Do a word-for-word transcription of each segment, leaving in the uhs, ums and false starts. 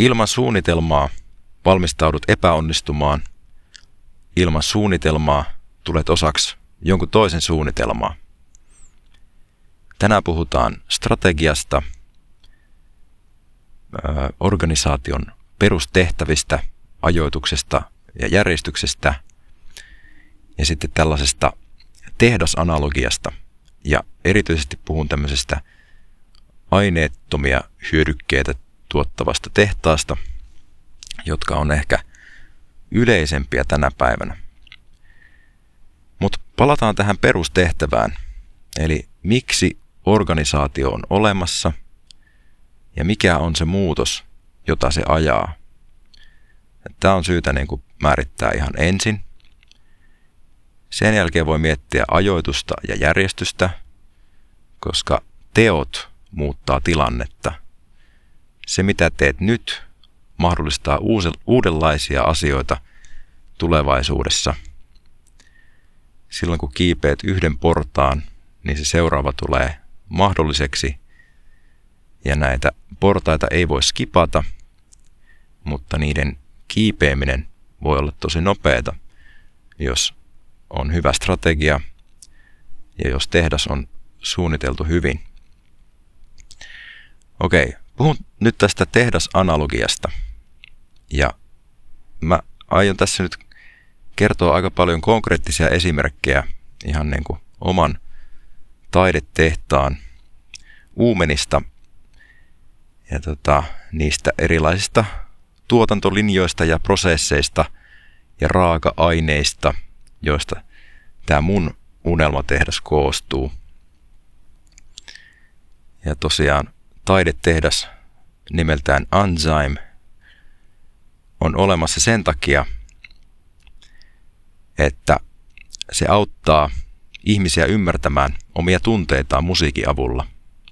Ilman suunnitelmaa valmistaudut epäonnistumaan. Ilman suunnitelmaa tulet osaksi jonkun toisen suunnitelmaa. Tänään puhutaan strategiasta, organisaation perustehtävistä, ajoituksesta ja järjestyksestä ja sitten tällaisesta tehdasanalogiasta. Ja erityisesti puhun tämmöisestä aineettomia hyödykkeitä tuottavasta tehtaasta, jotka on ehkä yleisempiä tänä päivänä. Mutta palataan tähän perustehtävään, eli miksi organisaatio on olemassa ja mikä on se muutos, jota se ajaa. Tämä on syytä niin kuin määrittää ihan ensin. Sen jälkeen voi miettiä ajoitusta ja järjestystä, koska teot muuttaa tilannetta. Se, mitä teet nyt, mahdollistaa uudenlaisia asioita tulevaisuudessa. Silloin kun kiipeät yhden portaan, niin se seuraava tulee mahdolliseksi. Ja näitä portaita ei voi skipata, mutta niiden kiipeäminen voi olla tosi nopeata, jos on hyvä strategia ja jos tehdas on suunniteltu hyvin. Okei, puhun nyt tästä tehdasanalogiasta. Ja mä aion tässä nyt kertoa aika paljon konkreettisia esimerkkejä ihan niin kuin oman taidetehtaan uumenista ja tota, niistä erilaisista tuotantolinjoista ja prosesseista ja raaka-aineista, joista tämä mun unelmatehdas koostuu. Ja tosiaan taidetehdas nimeltään Enzyme on olemassa sen takia, että se auttaa ihmisiä ymmärtämään omia tunteitaan musiikin avulla.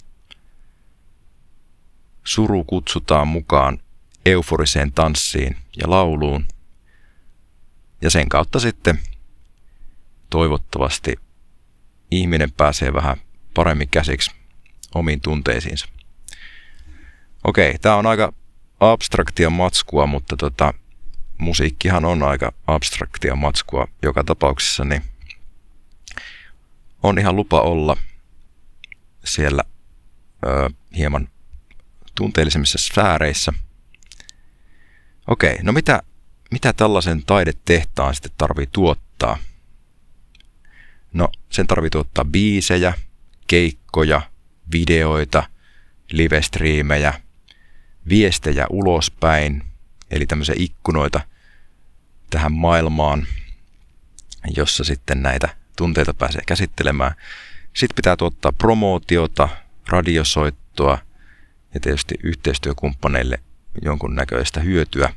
Suru kutsutaan mukaan euforiseen tanssiin ja lauluun, ja sen kautta sitten toivottavasti ihminen pääsee vähän paremmin käsiksi omiin tunteisiinsa. Okei, tää on aika abstraktia matskua, mutta tota, musiikkihan on aika abstraktia matskua joka tapauksessa, niin on ihan lupa olla siellä ö, hieman tunteellisemmissa sfääreissä. Okei, no mitä, mitä tällaisen taidetehtaan sitten tarvii tuottaa? No, sen tarvii tuottaa biisejä, keikkoja, videoita, livestriimejä, viestejä ulospäin, eli tämmöisiä ikkunoita tähän maailmaan, jossa sitten näitä tunteita pääsee käsittelemään. Sitten pitää tuottaa promootiota, radiosoittoa ja tietysti yhteistyökumppaneille jonkunnäköistä hyötyä.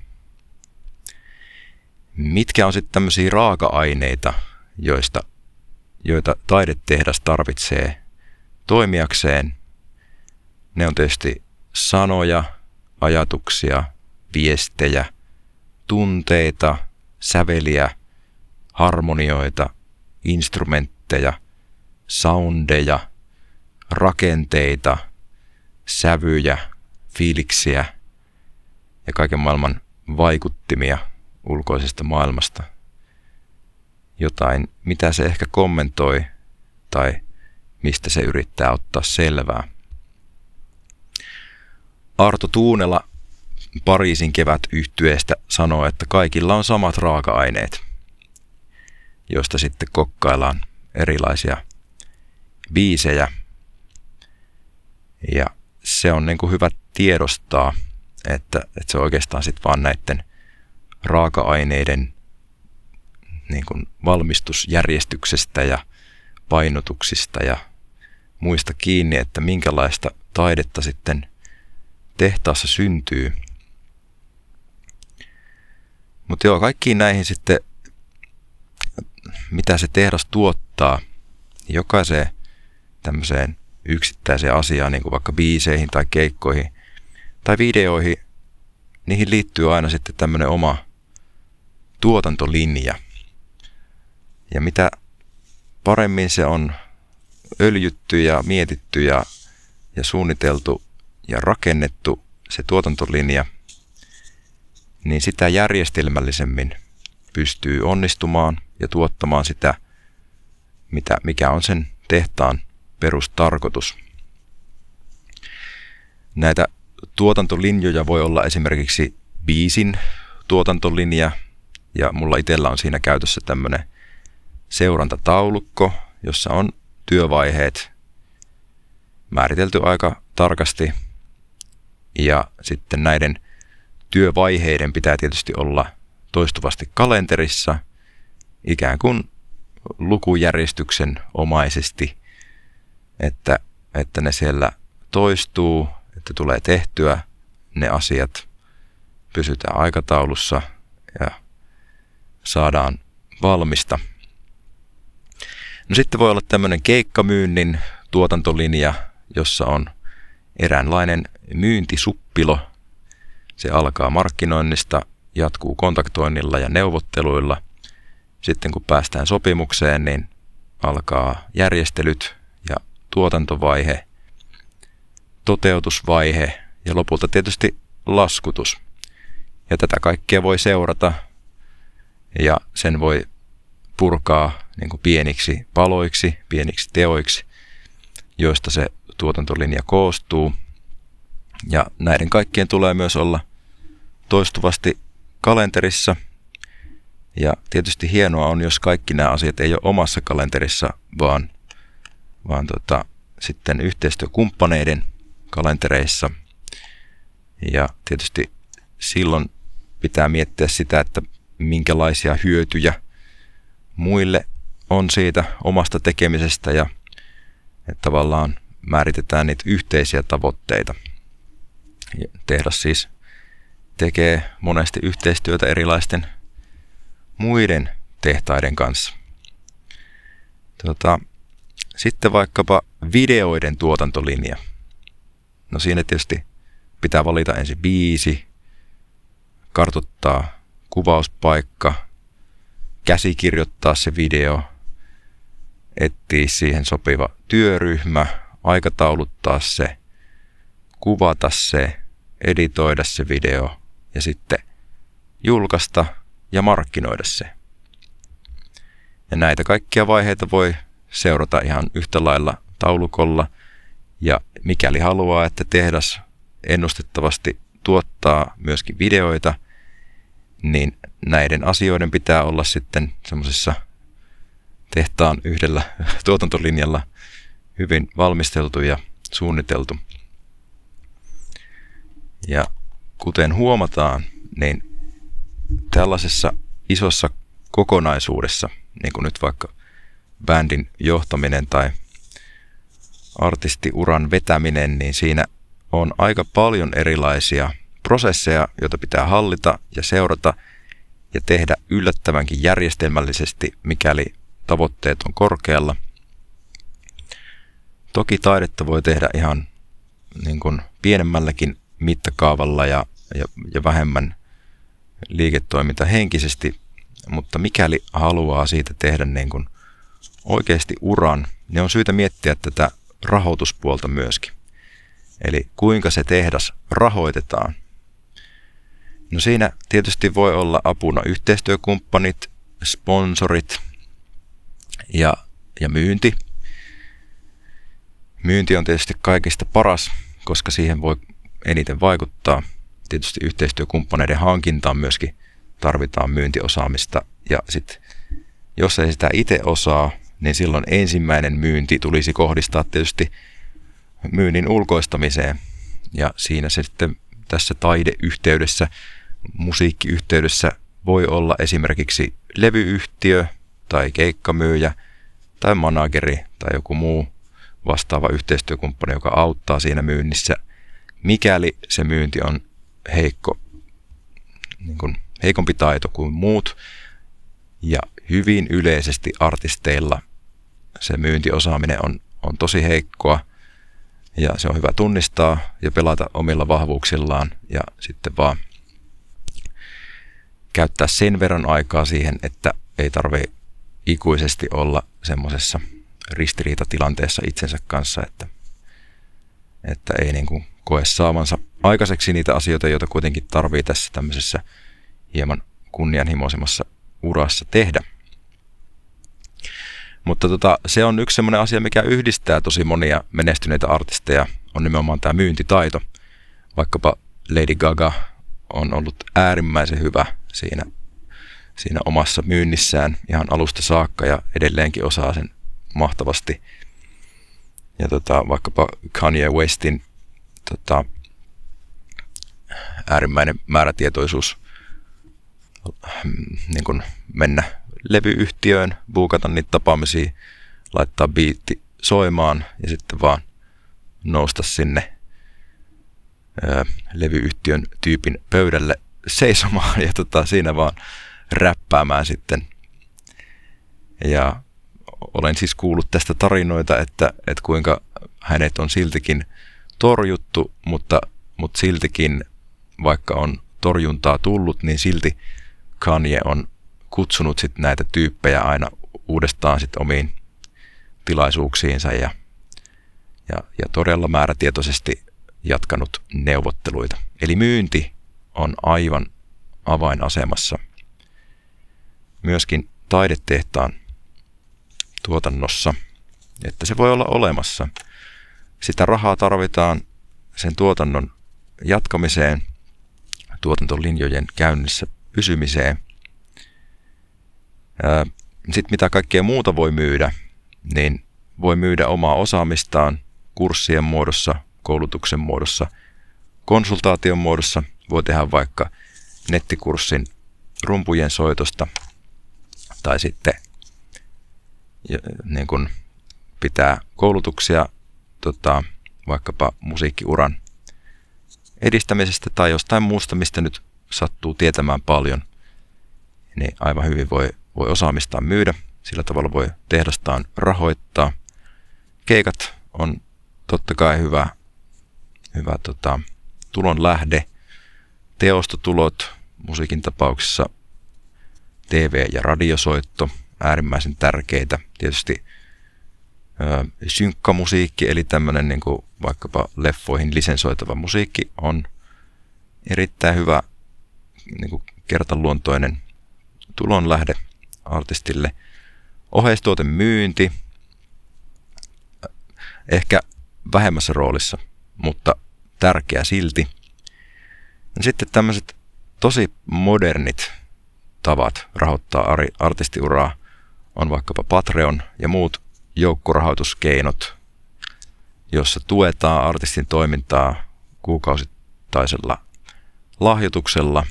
Mitkä on sitten tämmöisiä raaka-aineita, joista, joita taidetehdas tarvitsee toimijakseen? Ne on tietysti sanoja, ajatuksia, viestejä, tunteita, säveliä, harmonioita, instrumentteja, soundeja, rakenteita, sävyjä, fiiliksiä ja kaiken maailman vaikuttimia ulkoisesta maailmasta. Jotain, mitä se ehkä kommentoi tai mistä se yrittää ottaa selvää. Arto Tuunela Pariisin kevät-yhtyeestä sanoo, että kaikilla on samat raaka-aineet, joista sitten kokkaillaan erilaisia biisejä. Ja se on niin kuin hyvä tiedostaa, että, että se on oikeastaan sitten vaan näiden raaka-aineiden niin kuin valmistusjärjestyksestä ja painotuksista ja muista kiinni, että minkälaista taidetta sitten tehtaassa syntyy. Mutta joo, kaikkiin näihin sitten, mitä se tehdas tuottaa, jokaiseen tämmöiseen yksittäiseen asiaan, niin kuin vaikka biiseihin tai keikkoihin tai videoihin, niihin liittyy aina sitten tämmöinen oma tuotantolinja. Ja mitä paremmin se on öljytty ja mietitty ja, ja suunniteltu ja rakennettu se tuotantolinja, niin sitä järjestelmällisemmin pystyy onnistumaan ja tuottamaan sitä, mitä, mikä on sen tehtaan perustarkoitus. Näitä tuotantolinjoja voi olla esimerkiksi biisin tuotantolinja, ja mulla itsellä on siinä käytössä tämmöinen seurantataulukko, jossa on työvaiheet määritelty aika tarkasti, ja sitten näiden työvaiheiden pitää tietysti olla toistuvasti kalenterissa, ikään kuin lukujärjestyksen omaisesti, että, että ne siellä toistuu, että tulee tehtyä ne asiat, pysytään aikataulussa ja saadaan valmista. No sitten voi olla tämmöinen keikkamyynnin tuotantolinja, jossa on eräänlainen myyntisuppilo. Se alkaa markkinoinnista, jatkuu kontaktoinnilla ja neuvotteluilla. Sitten kun päästään sopimukseen, niin alkaa järjestelyt ja tuotantovaihe, toteutusvaihe ja lopulta tietysti laskutus. Ja tätä kaikkea voi seurata ja sen voi purkaa niin kuin pieniksi paloiksi, pieniksi teoiksi, joista se tuotantolinja koostuu. Ja näiden kaikkien tulee myös olla toistuvasti kalenterissa. Ja tietysti hienoa on, jos kaikki nämä asiat ei ole omassa kalenterissa, vaan, vaan tota, sitten yhteistyökumppaneiden kalentereissa. Ja tietysti silloin pitää miettiä sitä, että minkälaisia hyötyjä muille on siitä omasta tekemisestä ja että tavallaan määritetään niitä yhteisiä tavoitteita. Ja tehdas siis tekee monesti yhteistyötä erilaisten muiden tehtaiden kanssa. Tota, sitten vaikkapa videoiden tuotantolinja. No siinä tietysti pitää valita ensin biisi, kartoittaa kuvauspaikka, käsikirjoittaa se video, etsiä siihen sopiva työryhmä, aikatauluttaa se, kuvata se, editoida se video ja sitten julkaista ja markkinoida se. Ja näitä kaikkia vaiheita voi seurata ihan yhtä lailla taulukolla, ja mikäli haluaa, että tehdas ennustettavasti tuottaa myöskin videoita, niin näiden asioiden pitää olla sitten semmoisessa tehtaan yhdellä tuotantolinjalla hyvin valmisteltu ja suunniteltu. Ja kuten huomataan, niin tällaisessa isossa kokonaisuudessa, niin kuin nyt vaikka bändin johtaminen tai artistiuran vetäminen, niin siinä on aika paljon erilaisia prosesseja, joita pitää hallita ja seurata ja tehdä yllättävänkin järjestelmällisesti, mikäli tavoitteet on korkealla. Toki taidetta voi tehdä ihan niin kuin pienemmälläkin mittakaavalla ja, ja, ja vähemmän liiketoimintahenkisesti, mutta mikäli haluaa siitä tehdä niin kuin oikeasti uran, niin on syytä miettiä tätä rahoituspuolta myöskin. Eli kuinka se tehdas rahoitetaan. No siinä tietysti voi olla apuna yhteistyökumppanit, sponsorit ja, ja myynti. Myynti on tietysti kaikista paras, koska siihen voi eniten vaikuttaa. Tietysti yhteistyökumppaneiden hankintaan myöskin tarvitaan myyntiosaamista. Ja sitten jos ei sitä itse osaa, niin silloin ensimmäinen myynti tulisi kohdistaa tietysti myynnin ulkoistamiseen. Ja siinä se sitten tässä taideyhteydessä, musiikkiyhteydessä voi olla esimerkiksi levyyhtiö tai keikkamyyjä tai manageri tai joku muu vastaava yhteistyökumppani, joka auttaa siinä myynnissä, mikäli se myynti on heikko, niin kuin heikompi taito kuin muut. Ja hyvin yleisesti artisteilla se myyntiosaaminen on, on tosi heikkoa. Ja se on hyvä tunnistaa ja pelata omilla vahvuuksillaan ja sitten vaan käyttää sen verran aikaa siihen, että ei tarvitse ikuisesti olla semmoisessa ristiriitatilanteessa itsensä kanssa, että, että ei niin kuin koe saavansa aikaiseksi niitä asioita, joita kuitenkin tarvii tässä tämmöisessä hieman kunnianhimoisemmassa urassa tehdä. Mutta tota, se on yksi semmoinen asia, mikä yhdistää tosi monia menestyneitä artisteja, on nimenomaan tämä myyntitaito. Vaikkapa Lady Gaga on ollut äärimmäisen hyvä siinä, siinä omassa myynnissään ihan alusta saakka ja edelleenkin osaa sen mahtavasti. Ja tota, vaikkapa Kanye Westin tota, äärimmäinen määrätietoisuus niin kun mennä levyyhtiöön, buukata niitä tapaamisia, laittaa biitti soimaan ja sitten vaan nousta sinne ö, levyyhtiön tyypin pöydälle seisomaan ja tota, siinä vaan räppäämään sitten. Ja olen siis kuullut tästä tarinoita, että, että kuinka hänet on siltikin torjuttu, mutta, mutta siltikin, vaikka on torjuntaa tullut, niin silti Kanye on kutsunut sit näitä tyyppejä aina uudestaan sit omiin tilaisuuksiinsa ja, ja, ja todella määrätietoisesti jatkanut neuvotteluita. Eli myynti on aivan avainasemassa. Myöskin taidetehtaan tuotannossa, että se voi olla olemassa. Sitä rahaa tarvitaan sen tuotannon jatkamiseen, tuotantolinjojen käynnissä pysymiseen. Sitten mitä kaikkea muuta voi myydä, niin voi myydä omaa osaamistaan kurssien muodossa, koulutuksen muodossa, konsultaation muodossa. Voi tehdä vaikka nettikurssin rumpujen soitosta tai sitten niin kun pitää koulutuksia tota, vaikkapa musiikkiuran edistämisestä tai jostain muusta, mistä nyt sattuu tietämään paljon, niin aivan hyvin voi, voi osaamistaan myydä. Sillä tavalla voi tehdastaan rahoittaa. Keikat on totta kai hyvä, hyvä tota, tulon lähde. Teostotulot musiikin tapauksessa, T V- ja radiosoitto, äärimmäisen tärkeitä. Tietysti ö, synkkamusiikki, eli tämmöinen niin kuin vaikkapa leffoihin lisensoitava musiikki on erittäin hyvä niin kuin kertaluontoinen tulonlähde artistille. Oheistuoten myynti, ehkä vähemmässä roolissa, mutta tärkeä silti. Ja sitten tämmöiset tosi modernit tavat rahoittaa artistiuraa on vaikkapa Patreon ja muut joukkorahoituskeinot, jossa tuetaan artistin toimintaa kuukausittaisella lahjoituksella.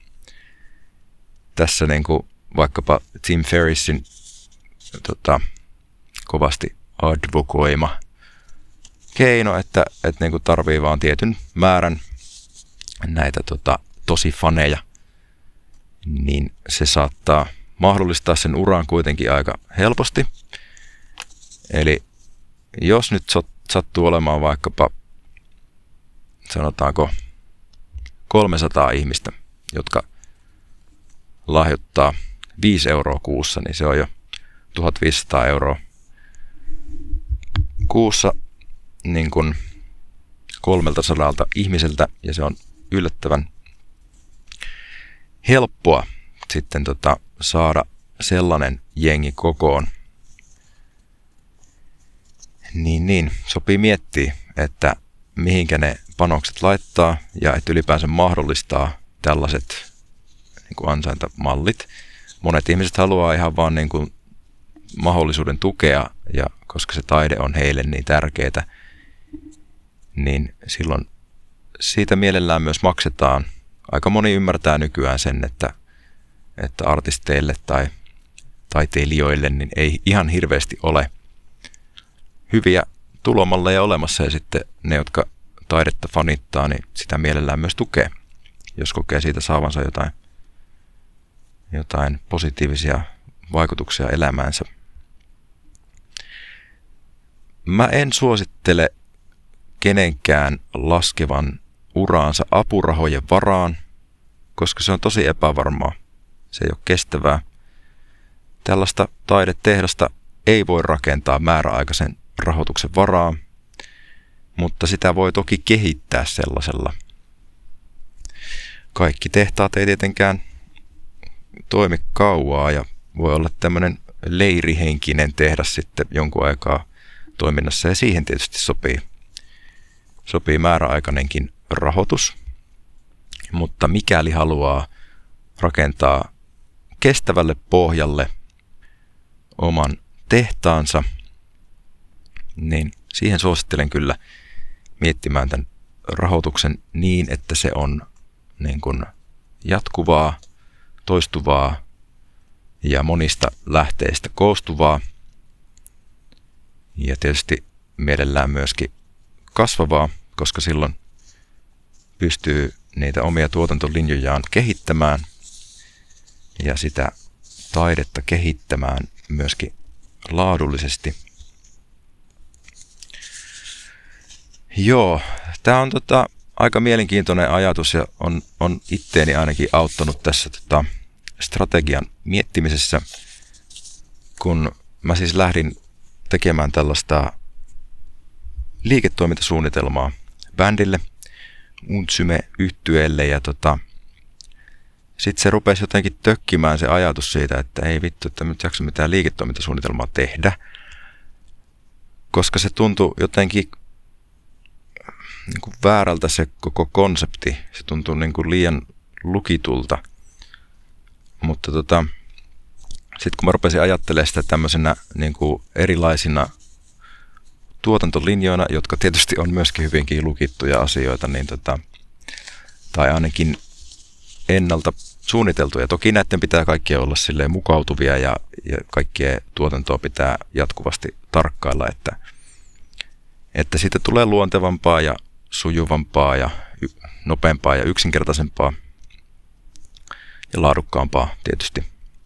Tässä niin kuin vaikkapa Tim Ferrissin tota, kovasti advokoima keino, että, että niin kuin tarvii vaan tietyn määrän näitä tota, tosi faneja, niin se saattaa mahdollistaa sen uran kuitenkin aika helposti. Eli jos nyt sattuu olemaan vaikkapa, sanotaanko, kolmesataa ihmistä, jotka lahjoittaa viisi euroa kuussa, niin se on jo tuhatviisisataa euroa kuussa niin kuin kolmelta sadalta ihmiseltä, ja se on yllättävän helppoa sitten tota, saada sellainen jengi kokoon. Niin, niin, sopii miettiä, että mihinkä ne panokset laittaa ja että ylipäänsä mahdollistaa tällaiset niin kuin ansaintamallit. Monet ihmiset haluaa ihan vaan niin kuin mahdollisuuden tukea, ja koska se taide on heille niin tärkeää, niin silloin siitä mielellään myös maksetaan. Aika moni ymmärtää nykyään sen, että, että artisteille tai taiteilijoille niin ei ihan hirveästi ole hyviä tulomalleja olemassa, ja sitten ne, jotka taidetta fanittaa, niin sitä mielellään myös tukee, jos kokee siitä saavansa jotain, jotain positiivisia vaikutuksia elämäänsä. Mä en suosittele kenenkään laskevan uraansa apurahojen varaan, koska se on tosi epävarmaa. Se ei ole kestävää. Tällaista taidetehdasta ei voi rakentaa määräaikaisen rahoituksen varaa, mutta sitä voi toki kehittää sellaisella. Kaikki tehtaat ei tietenkään toimi kauaa ja voi olla tämmöinen leirihenkinen tehdas sitten jonkun aikaa toiminnassa ja siihen tietysti sopii, sopii määräaikainenkin rahoitus. Mutta mikäli haluaa rakentaa kestävälle pohjalle oman tehtaansa, niin siihen suosittelen kyllä miettimään tämän rahoituksen niin, että se on niin kuin jatkuvaa, toistuvaa ja monista lähteistä koostuvaa. Ja tietysti mielellään myöskin kasvavaa, koska silloin pystyy niitä omia tuotantolinjojaan kehittämään ja sitä taidetta kehittämään myöskin laadullisesti. Joo, tämä on tota, aika mielenkiintoinen ajatus ja on, on itteeni ainakin auttanut tässä tota, strategian miettimisessä, kun mä siis lähdin tekemään tällaista liiketoimintasuunnitelmaa bändille, Untsyme-yhtyeelle ja tota, sitten se rupesi jotenkin tökkimään se ajatus siitä, että ei vittu, että nyt jaksa mitään liiketoimintasuunnitelmaa tehdä, koska se tuntui jotenkin niin kuin väärältä se koko konsepti. Se tuntui niin kuin liian lukitulta. Mutta tota, sitten kun mä rupesin ajattelemaan sitä tämmöisenä niin kuin erilaisina tuotantolinjoina, jotka tietysti on myöskin hyvinkin lukittuja asioita, niin tota, tai ainakin ennalta suunniteltuja. Toki näiden pitää kaikkien olla silleen mukautuvia ja, ja kaikkien tuotantoa pitää jatkuvasti tarkkailla, että, että siitä tulee luontevampaa ja sujuvampaa ja nopeampaa ja yksinkertaisempaa ja laadukkaampaa tietysti.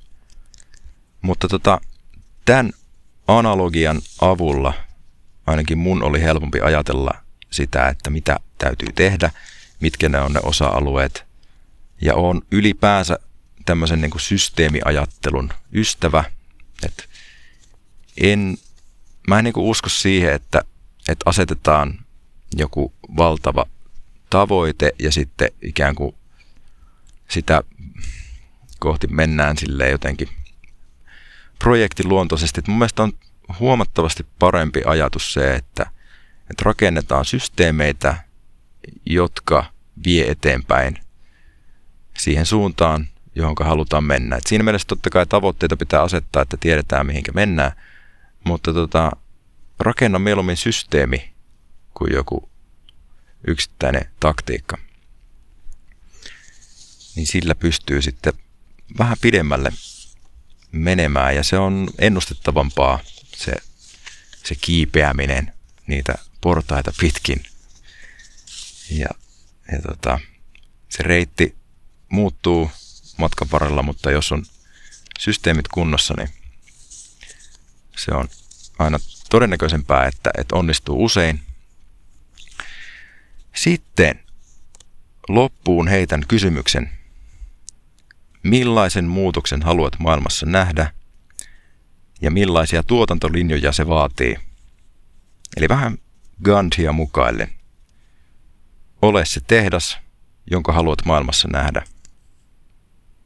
Mutta tota, tämän analogian avulla ainakin mun oli helpompi ajatella sitä, että mitä täytyy tehdä, mitkä ne on ne osa-alueet. Ja on ylipäänsä tämmöisen niin kuin systeemiajattelun ystävä. Et en, mä en niin kuin usko siihen, että, että asetetaan joku valtava tavoite ja sitten ikään kuin sitä kohti mennään silleen jotenkin projektiluontoisesti. Et mun mielestä on huomattavasti parempi ajatus se, että, että rakennetaan systeemeitä, jotka vie eteenpäin siihen suuntaan, johon halutaan mennä. Et siinä mielessä totta kai tavoitteita pitää asettaa, että tiedetään mihinkä mennään, mutta tota, rakenna mieluummin systeemi kuin joku yksittäinen taktiikka. Niin sillä pystyy sitten vähän pidemmälle menemään ja se on ennustettavampaa se, se kiipeäminen niitä portaita pitkin. Ja, ja tota, se reitti muuttuu matkan varrella, mutta jos on systeemit kunnossa, niin se on aina todennäköisempää, että, että onnistuu usein. Sitten loppuun heitän kysymyksen. Millaisen muutoksen haluat maailmassa nähdä ja millaisia tuotantolinjoja se vaatii? Eli vähän Gandhia mukaillen. Ole se tehdas, jonka haluat maailmassa nähdä.